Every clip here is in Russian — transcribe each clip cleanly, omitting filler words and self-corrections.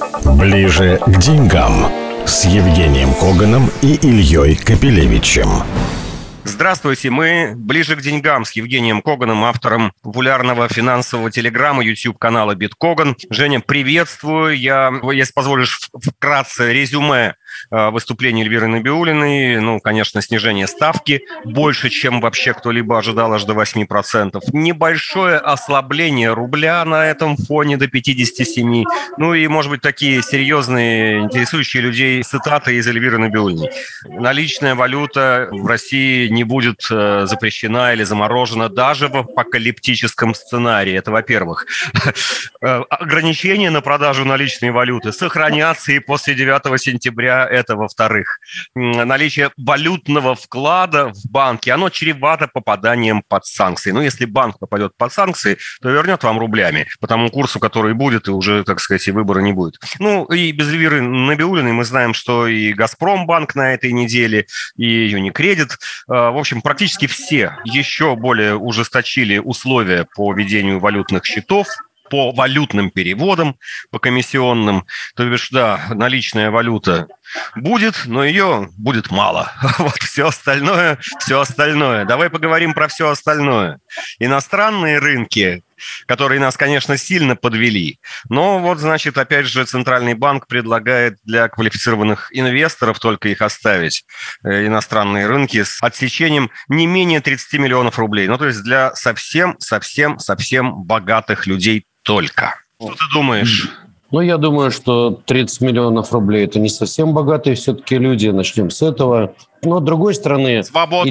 Ближе к деньгам с Евгением Коганом и Ильей Капелевичем. Здравствуйте, мы ближе к деньгам с Евгением Коганом, автором популярного финансового телеграмма YouTube-канала «Биткоган». Женя, приветствую. Если позволишь, вкратце резюме выступления Эльвиры Набиуллиной. Конечно, снижение ставки больше, чем вообще кто-либо ожидал, аж до 8%. Небольшое ослабление рубля на этом фоне до 57. И, может быть, такие серьезные, интересующие людей цитаты из Эльвиры Набиуллиной. Наличная валюта в России не будет запрещена или заморожена даже в апокалиптическом сценарии. Это, во-первых. Ограничения на продажу наличной валюты сохранятся и после 9 сентября. Это, во-вторых. Наличие валютного вклада в банке, оно чревато попаданием под санкции. Если банк попадет под санкции, то вернет вам рублями по тому курсу, который будет, и уже, так сказать, и выбора не будет. И без Эльвиры Набиуллиной мы знаем, что и «Газпромбанк» на этой неделе, и «Юникредит». В общем, практически все еще более ужесточили условия по ведению валютных счетов, по валютным переводам, по комиссионным. То бишь, да, наличная валюта будет, но ее будет мало. Все остальное. Давай поговорим про все остальное. Иностранные рынки, которые нас, конечно, сильно подвели. Но опять же, Центральный банк предлагает для квалифицированных инвесторов только их оставить, иностранные рынки, с отсечением не менее 30 миллионов рублей. То есть для совсем богатых людей только. Что ты думаешь? Я думаю, что 30 миллионов рублей – это не совсем богатые все-таки люди. Начнем с этого. Но, с другой стороны...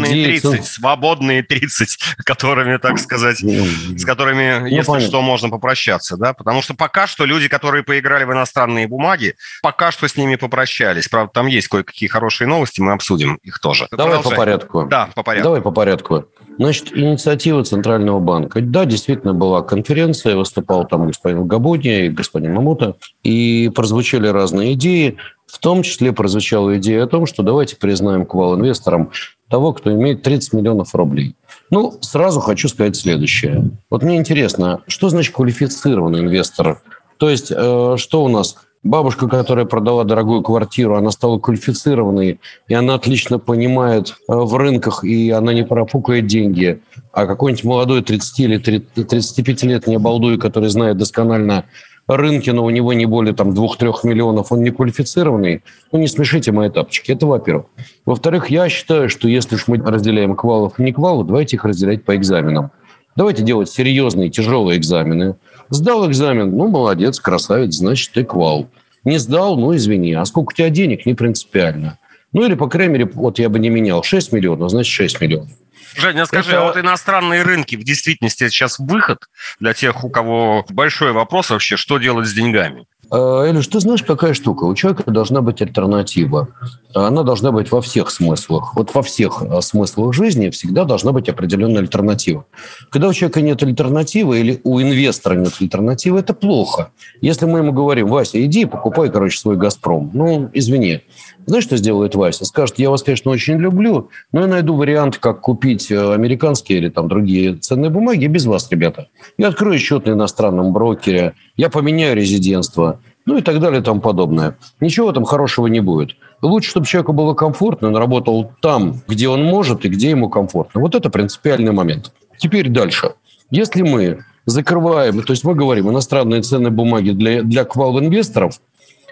Свободные 30, которыми, так сказать, с которыми, если что, можно попрощаться. Да? Потому что пока что люди, которые поиграли в иностранные бумаги, пока что с ними попрощались. Правда, там есть кое-какие хорошие новости, мы обсудим их тоже. Давай по порядку. Да, по порядку. Давай по порядку. Значит, инициатива Центрального банка. Да, действительно была конференция, выступал там господин Габуни и господин Мамута, и прозвучали разные идеи. В том числе прозвучала идея о том, что давайте признаем квал-инвестором того, кто имеет 30 миллионов рублей. Сразу хочу сказать следующее. Мне интересно, что значит квалифицированный инвестор? То есть, что у нас? Бабушка, которая продала дорогую квартиру, она стала квалифицированной, и она отлично понимает в рынках, и она не профукает деньги. А какой-нибудь молодой 30 или 35-летний обалдуй, который знает досконально рынки, но у него не более 2-3 миллионов, он не квалифицированный, не смешите мои тапочки. Это во-первых. Во-вторых, я считаю, что если уж мы разделяем квалов и не квалов, давайте их разделять по экзаменам. Давайте делать серьезные, тяжелые экзамены. Сдал экзамен, молодец, красавец, значит, ты квал. Не сдал, извини. А сколько у тебя денег, не принципиально. Или, по крайней мере, я бы не менял 6 миллионов, значит, 6 миллионов. Женя, скажи, иностранные рынки в действительности сейчас выход для тех, у кого большой вопрос вообще, что делать с деньгами? Илюш, ты знаешь, какая штука? У человека должна быть альтернатива. Она должна быть во всех смыслах. Во всех смыслах жизни всегда должна быть определенная альтернатива. Когда у человека нет альтернативы или у инвестора нет альтернативы, это плохо. Если мы ему говорим: Вася, иди покупай, свой «Газпром». Извини. Знаешь, что сделает Вася? Скажет: я вас, конечно, очень люблю, но я найду вариант, как купить американские или другие ценные бумаги без вас, ребята. Я открою счет на иностранном брокере, я поменяю резидентство, и так далее и тому подобное. Ничего в этом хорошего не будет. Лучше, чтобы человеку было комфортно, он работал там, где он может и где ему комфортно. Это принципиальный момент. Теперь дальше. Если мы закрываем, то есть мы говорим иностранные ценные бумаги для квал-инвесторов,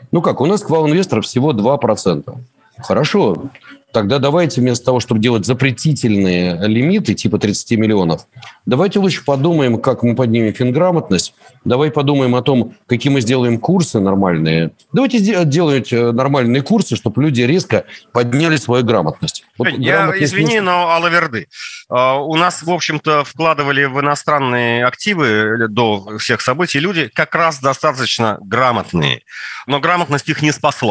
у нас квал-инвесторов всего 2%. Хорошо. Тогда давайте вместо того, чтобы делать запретительные лимиты типа 30 миллионов, давайте лучше подумаем, как мы поднимем финграмотность. Давай подумаем о том, какие мы сделаем курсы нормальные. Давайте делать нормальные курсы, чтобы люди резко подняли свою грамотность. Извини, но алаверды. У нас, в общем-то, вкладывали в иностранные активы до всех событий люди как раз достаточно грамотные. Но грамотность их не спасла.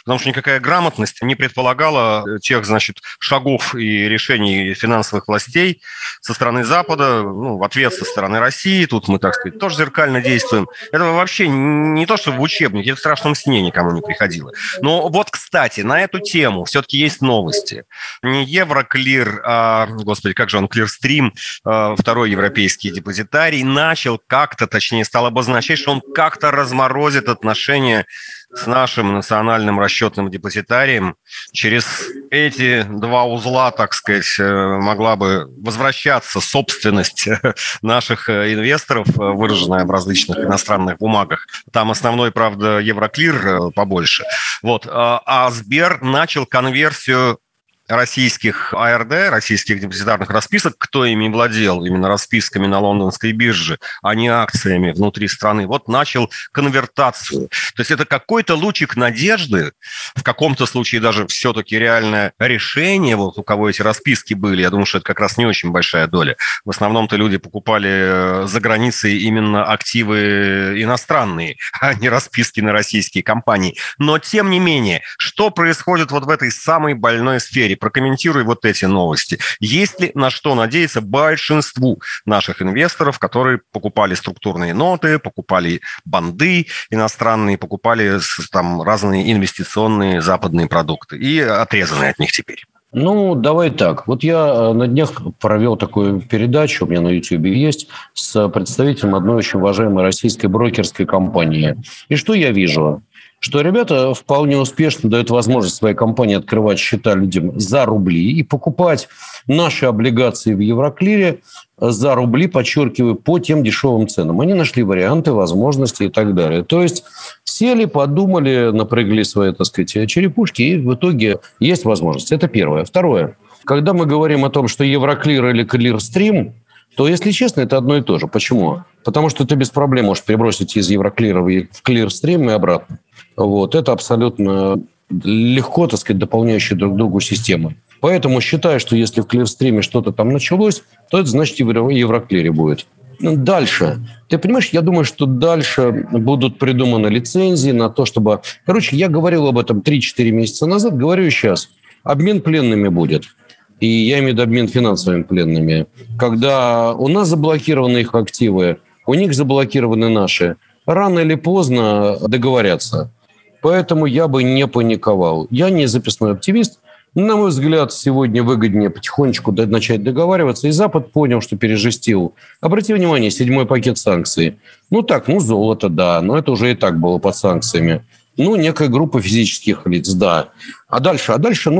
потому что никакая грамотность не предполагала тех, значит, шагов и решений финансовых властей со стороны Запада, в ответ со стороны России. Тут мы, так сказать, тоже зеркально действуем. Это вообще не то, что в учебнике, это в страшном сне никому не приходило. Но вот, кстати, на эту тему все-таки есть новости. Не Евроклир, господи, как же он, Клирстрим, второй европейский депозитарий, начал как-то, точнее, стал обозначать, что он как-то разморозит отношения с нашим национальным расчетным депозитарием. Через эти два узла, так сказать, могла бы возвращаться собственность наших инвесторов, выраженная в различных иностранных бумагах. Там основной, правда, Евроклир побольше. Вот. А Сбер начал конверсию российских АРД, российских депозитарных расписок, кто ими владел, именно расписками на лондонской бирже, а не акциями внутри страны, вот начал конвертацию. То есть это какой-то лучик надежды, в каком-то случае даже все-таки реальное решение, вот у кого эти расписки были, я думаю, что это как раз не очень большая доля. В основном-то люди покупали за границей именно активы иностранные, а не расписки на российские компании. Но тем не менее, что происходит вот в этой самой больной сфере? Прокомментируй вот эти новости. Есть ли на что надеяться большинству наших инвесторов, которые покупали структурные ноты, покупали банды иностранные, покупали там разные инвестиционные западные продукты и отрезаны от них теперь? Давай так. Вот я на днях провел такую передачу, у меня на YouTube есть, с представителем одной очень уважаемой российской брокерской компании. И что я вижу? Что ребята вполне успешно дают возможность своей компании открывать счета людям за рубли и покупать наши облигации в Евроклире за рубли, подчеркиваю, по тем дешевым ценам. Они нашли варианты, возможности и так далее. То есть сели, подумали, напрягли свои, так сказать, черепушки, и в итоге есть возможность. Это первое. Второе. Когда мы говорим о том, что Евроклир или Клирстрим, то, если честно, это одно и то же. Почему? Потому что ты без проблем можешь перебросить из Евроклира в Клирстрим и обратно. Вот. Это абсолютно легко, так сказать, дополняющие друг другу системы. Поэтому считаю, что если в Клирстриме что-то там началось, то это значит и в Евроклире будет. Дальше. Ты понимаешь, я думаю, что дальше будут придуманы лицензии на то, чтобы... Короче, я говорил об этом 3-4 месяца назад, говорю и сейчас. Обмен пленными будет. И я имею в виду обмен финансовыми пленными. Когда у нас заблокированы их активы, у них заблокированы наши. Рано или поздно договорятся. Поэтому я бы не паниковал. Я не записной оптимист. На мой взгляд, сегодня выгоднее потихонечку начать договариваться. И Запад понял, что пережестил. Обрати внимание, 7-й пакет санкций. Золото, да, но это уже и так было под санкциями. Некая группа физических лиц, да. А дальше,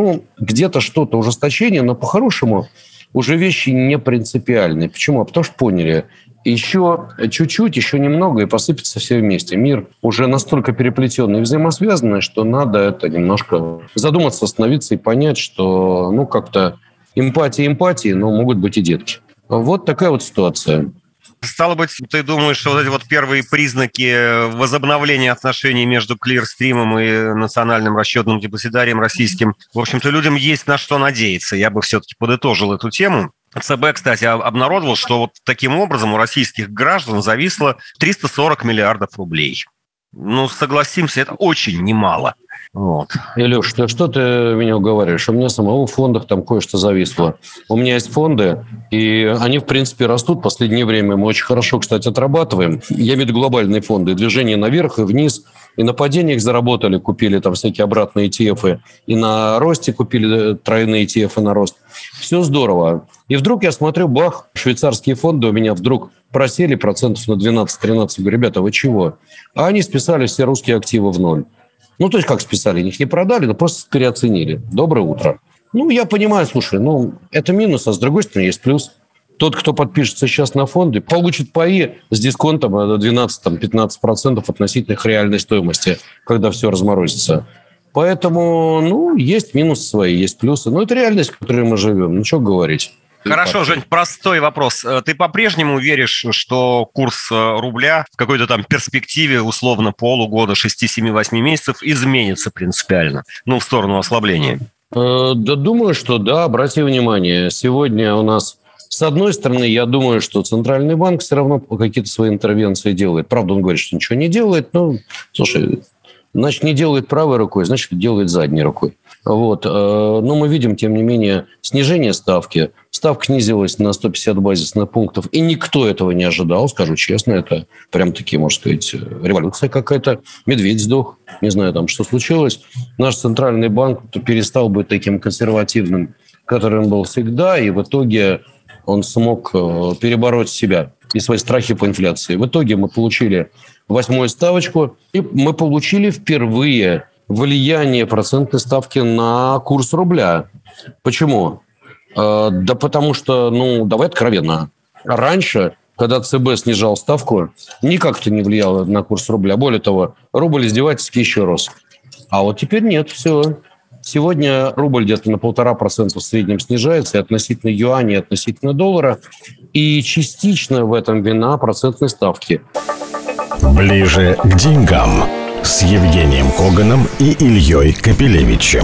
где-то что-то ужесточение, но по-хорошему уже вещи не принципиальные. Почему? Потому что поняли, еще чуть-чуть, еще немного, и посыпется все вместе. Мир уже настолько переплетенный и взаимосвязанный, что надо это немножко задуматься, остановиться и понять, что, как-то эмпатии, но могут быть и детки. Вот такая вот ситуация. Стало быть, ты думаешь, что вот эти вот первые признаки возобновления отношений между Клирстримом и национальным расчетным депозитарием российским, в общем-то, людям есть на что надеяться. Я бы все-таки подытожил эту тему. ЦБ, кстати, обнародовал, что вот таким образом у российских граждан зависло 340 миллиардов рублей. Согласимся, это очень немало. Вот. Илюш, что ты меня уговариваешь? У меня самого в фондах там кое-что зависло. У меня есть фонды, и они, в принципе, растут в последнее время. Мы очень хорошо, кстати, отрабатываем. Я имею в виду глобальные фонды. Движение наверх и вниз. И на падениях заработали, купили там всякие обратные ETF. И на росте купили тройные ETF на рост. Все здорово. И вдруг я смотрю, бах, швейцарские фонды у меня вдруг просели процентов на 12-13. Говорю, ребята, вы чего? А они списали все русские активы в ноль. То есть как списали? Их не продали, но просто переоценили. Доброе утро. Я понимаю, слушай, это минус, а с другой стороны есть плюс. Тот, кто подпишется сейчас на фонды, получит паи с дисконтом до 12-15% относительно их реальной стоимости, когда все разморозится. Поэтому, есть минусы свои, есть плюсы. Но это реальность, в которой мы живем. Что говорить. Хорошо, Жень, простой вопрос. Ты по-прежнему веришь, что курс рубля в какой-то там перспективе, условно, полугода, 6-7-8 месяцев изменится принципиально, в сторону ослабления? Да, думаю, что да. Обрати внимание, сегодня у нас, с одной стороны, я думаю, что Центральный банк все равно какие-то свои интервенции делает. Правда, он говорит, что ничего не делает. Слушай, Значит, не делает правой рукой, значит, делает задней рукой. Вот. Но мы видим, тем не менее, снижение ставки. Ставка снизилась на 150 базисных пунктов, и никто этого не ожидал, скажу честно. Это прям-таки, можно сказать, революция какая-то. Медведь сдох, не знаю, там, что случилось. Наш центральный банк перестал быть таким консервативным, которым был всегда, и в итоге он смог перебороть себя и свои страхи по инфляции. В итоге мы получили 8-ю ставочку, и мы получили впервые влияние процентной ставки на курс рубля. Почему? Да потому что, давай откровенно, раньше, когда ЦБ снижал ставку, никак это не влияло на курс рубля. Более того, рубль издевательски еще рос. А вот теперь нет, все. Сегодня рубль где-то на 1,5% в среднем снижается и относительно юаня, и относительно доллара. И частично в этом вина процентной ставки. Ближе к деньгам с Евгением Коганом и Ильей Капелевичем.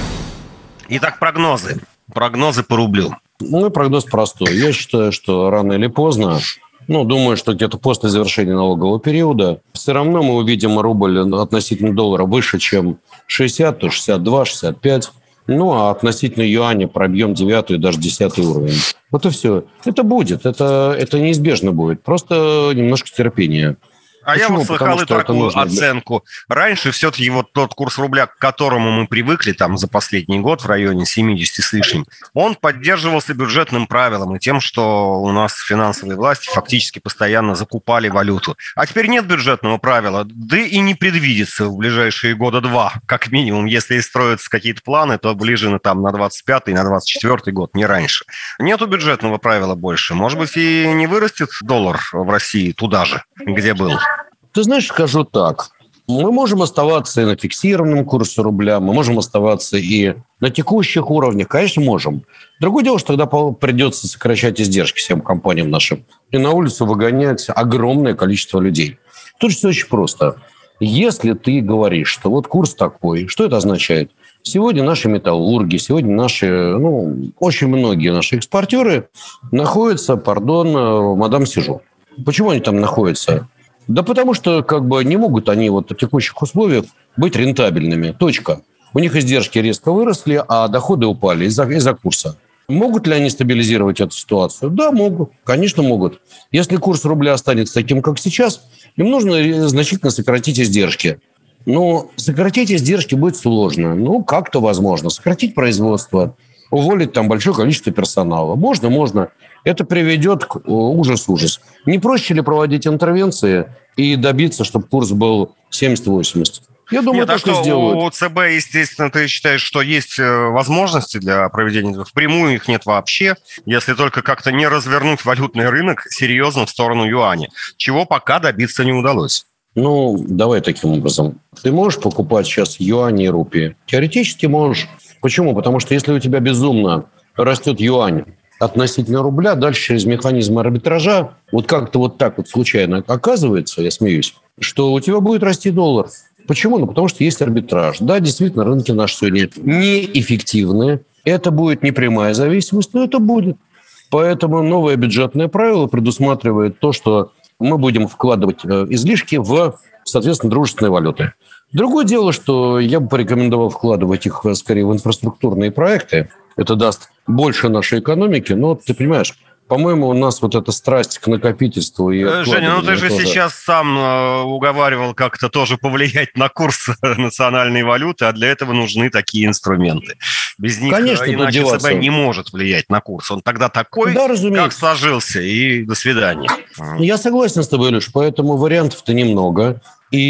Итак, прогнозы. Прогнозы по рублю. Мой прогноз простой. Я считаю, что рано или поздно, думаю, что где-то после завершения налогового периода, все равно мы увидим рубль относительно доллара выше, чем 60, то 62, 65. А относительно юаня пробьем 9 и даже 10 уровень. Вот и все. Это будет. Это неизбежно будет. Просто немножко терпения. А почему? Я вот слыхал и такую оценку. Раньше все-таки вот тот курс рубля, к которому мы привыкли там за последний год в районе 70 с лишним, он поддерживался бюджетным правилом и тем, что у нас финансовые власти фактически постоянно закупали валюту. А теперь нет бюджетного правила, да и не предвидится в ближайшие года два, как минимум. Если и строятся какие-то планы, то ближе на 25-й, на 24-й год, не раньше. Нету бюджетного правила больше. Может быть, и не вырастет доллар в России туда же, где был. Ты знаешь, скажу так. Мы можем оставаться и на фиксированном курсе рубля, мы можем оставаться и на текущих уровнях. Конечно, можем. Другое дело, что тогда придется сокращать издержки всем компаниям нашим и на улицу выгонять огромное количество людей. Тут все очень просто. Если ты говоришь, что вот курс такой, что это означает? Сегодня наши металлурги, сегодня наши, очень многие наши экспортеры находятся, в мадам Сижу. Почему они там находятся? Да потому что не могут они в текущих условиях быть рентабельными. Точка. У них издержки резко выросли, а доходы упали из-за курса. Могут ли они стабилизировать эту ситуацию? Да, могут. Конечно, могут. Если курс рубля останется таким, как сейчас, им нужно значительно сократить издержки. Но сократить издержки будет сложно. Как-то возможно. Сократить производство, уволить там большое количество персонала. Можно. Это приведет к ужас. Не проще ли проводить интервенции и добиться, чтобы курс был 70-80? Я думаю, так и сделают. У ЦБ, естественно, ты считаешь, что есть возможности для проведения? Впрямую их нет вообще, если только как-то не развернуть валютный рынок серьезно в сторону юаня, чего пока добиться не удалось. Давай таким образом. Ты можешь покупать сейчас юани и рупии? Теоретически можешь. Почему? Потому что если у тебя безумно растет юань относительно рубля, дальше через механизм арбитража как-то так случайно оказывается, я смеюсь, что у тебя будет расти доллар. Почему? Потому что есть арбитраж. Да, действительно, рынки наши сегодня неэффективны. Это будет не прямая зависимость, но это будет. Поэтому новое бюджетное правило предусматривает то, что мы будем вкладывать излишки в, соответственно, дружественные валюты. Другое дело, что я бы порекомендовал вкладывать их скорее в инфраструктурные проекты. Это даст больше нашей экономике. Но ты понимаешь, по-моему, у нас эта страсть к накопительству и Женя, ты же тоже сейчас сам уговаривал как-то тоже повлиять на курс национальной валюты, а для этого нужны такие инструменты. Без них, конечно, иначе ЦБ не может влиять на курс. Он тогда такой, да, как сложился, и до свидания. Я согласен с тобой, Илюш, поэтому вариантов-то немного.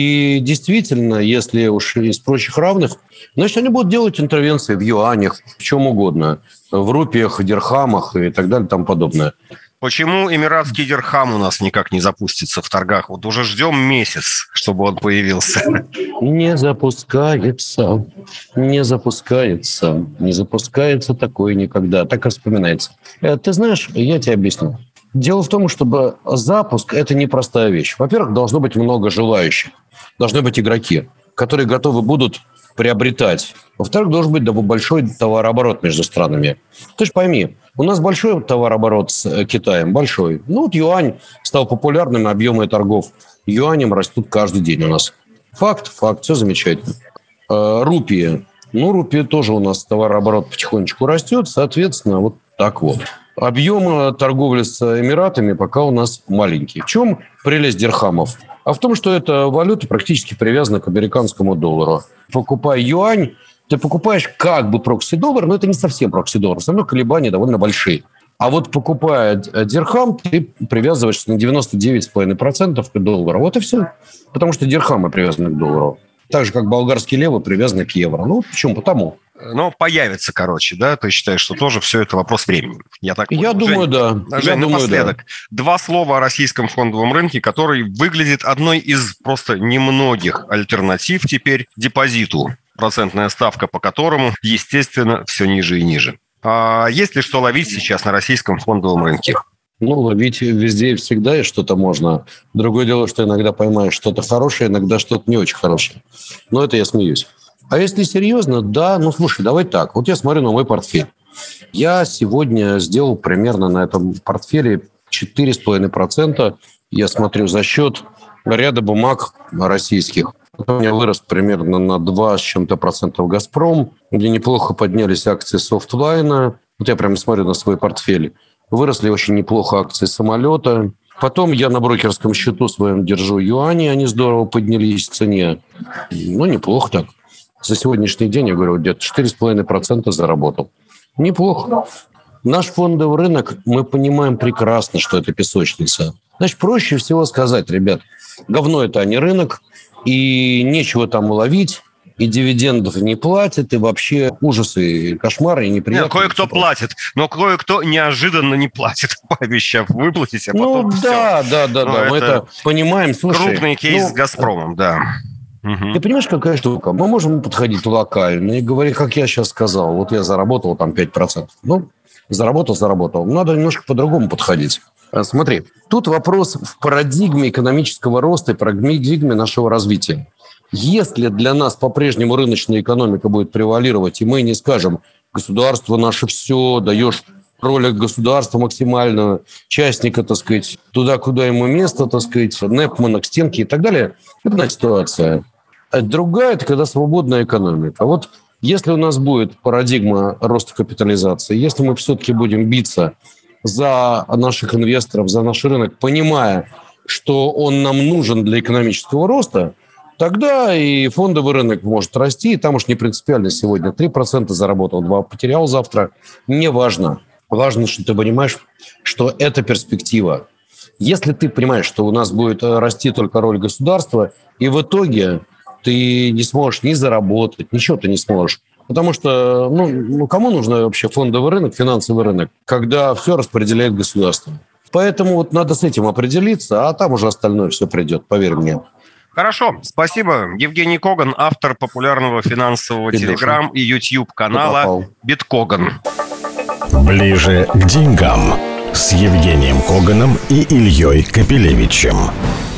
И действительно, если уж из прочих равных, значит, они будут делать интервенции в юанях, в чем угодно, в рупиях, дирхамах и так далее и тому подобное. Почему эмиратский дирхам у нас никак не запустится в торгах? Вот уже ждем месяц, чтобы он появился. Не запускается такое никогда. Так и вспоминается. Ты знаешь, я тебе объясню. Дело в том, чтобы запуск – это непростая вещь. Во-первых, должно быть много желающих. Должны быть игроки, которые готовы будут приобретать. Во-вторых, должен быть большой товарооборот между странами. Ты же пойми, у нас большой товарооборот с Китаем, большой. Юань стал популярным, объемы торгов юанем растут каждый день у нас. Факт, все замечательно. Рупия. Рупия тоже у нас товарооборот потихонечку растет, соответственно, вот так вот. Объем торговли с Эмиратами пока у нас маленький. В чем прелесть дирхамов? А в том, что эта валюта практически привязана к американскому доллару. Покупая юань, ты покупаешь как бы прокси-доллар, но это не совсем прокси-доллар. Все равно колебания довольно большие. А вот покупая дирхам, ты привязываешься на 99,5% к доллару. Вот и все. Потому что дирхамы привязаны к доллару. Так же, как болгарские левы привязаны к евро. Почему? Потому. Но появится, да? Ты считаешь, что тоже все это вопрос времени? Я думаю, да. Жень, напоследок. Два слова о российском фондовом рынке, который выглядит одной из просто немногих альтернатив теперь депозиту. Процентная ставка по которому, естественно, все ниже и ниже. А есть ли что ловить сейчас на российском фондовом рынке? Ловить везде и всегда и что-то можно. Другое дело, что иногда поймаешь что-то хорошее, иногда что-то не очень хорошее. Но это я смеюсь. А если серьезно, да, слушай, давай так. Вот я смотрю на мой портфель. Я сегодня сделал примерно на этом портфеле 4,5%. Я смотрю за счет ряда бумаг российских. У меня вырос примерно на 2 с чем-то процентов «Газпром», где неплохо поднялись акции «Софтлайна». Вот я прямо смотрю на свой портфель. Выросли очень неплохо акции «Самолета». Потом я на брокерском счету своем держу юани. Они здорово поднялись в цене. Неплохо так. За сегодняшний день, я говорю, где-то 4,5% заработал. Неплохо. Наш фондовый рынок, мы понимаем прекрасно, что это песочница. Значит, проще всего сказать, ребят, говно это, а не рынок, и нечего там ловить, и дивидендов не платят, и вообще ужасы, кошмары, и неприятности. Кое-кто платит, но кое-кто неожиданно не платит, пообещав выплатить, а потом да. Мы это понимаем. Слушай, крупный кейс с «Газпромом», да. Ты понимаешь, какая штука? Мы можем подходить локально и говорить, как я сейчас сказал, вот я заработал там 5%. Заработал. Надо немножко по-другому подходить. Смотри, тут вопрос в парадигме экономического роста и парадигме нашего развития. Если для нас по-прежнему рыночная экономика будет превалировать, и мы не скажем, государство наше все, даешь роль государства максимальную, частника, туда, куда ему место, Непмана к стенке и так далее, это одна ситуация. А другая – это когда свободная экономика. Вот если у нас будет парадигма роста капитализации, если мы все-таки будем биться за наших инвесторов, за наш рынок, понимая, что он нам нужен для экономического роста, тогда и фондовый рынок может расти, и там уж не принципиально сегодня 3% заработал, 2% потерял завтра. Не важно. Важно, что ты понимаешь, что это перспектива. Если ты понимаешь, что у нас будет расти только роль государства, и в итоге ты не сможешь ни заработать, ничего ты не сможешь. Потому что, кому нужен вообще фондовый рынок, финансовый рынок, когда все распределяет государство? Поэтому надо с этим определиться, а там уже остальное все придет, поверь мне. Хорошо, спасибо. Евгений Коган, автор популярного финансового телеграм и YouTube-канала «Биткоган». Ближе к деньгам с Евгением Коганом и Ильей Капелевичем.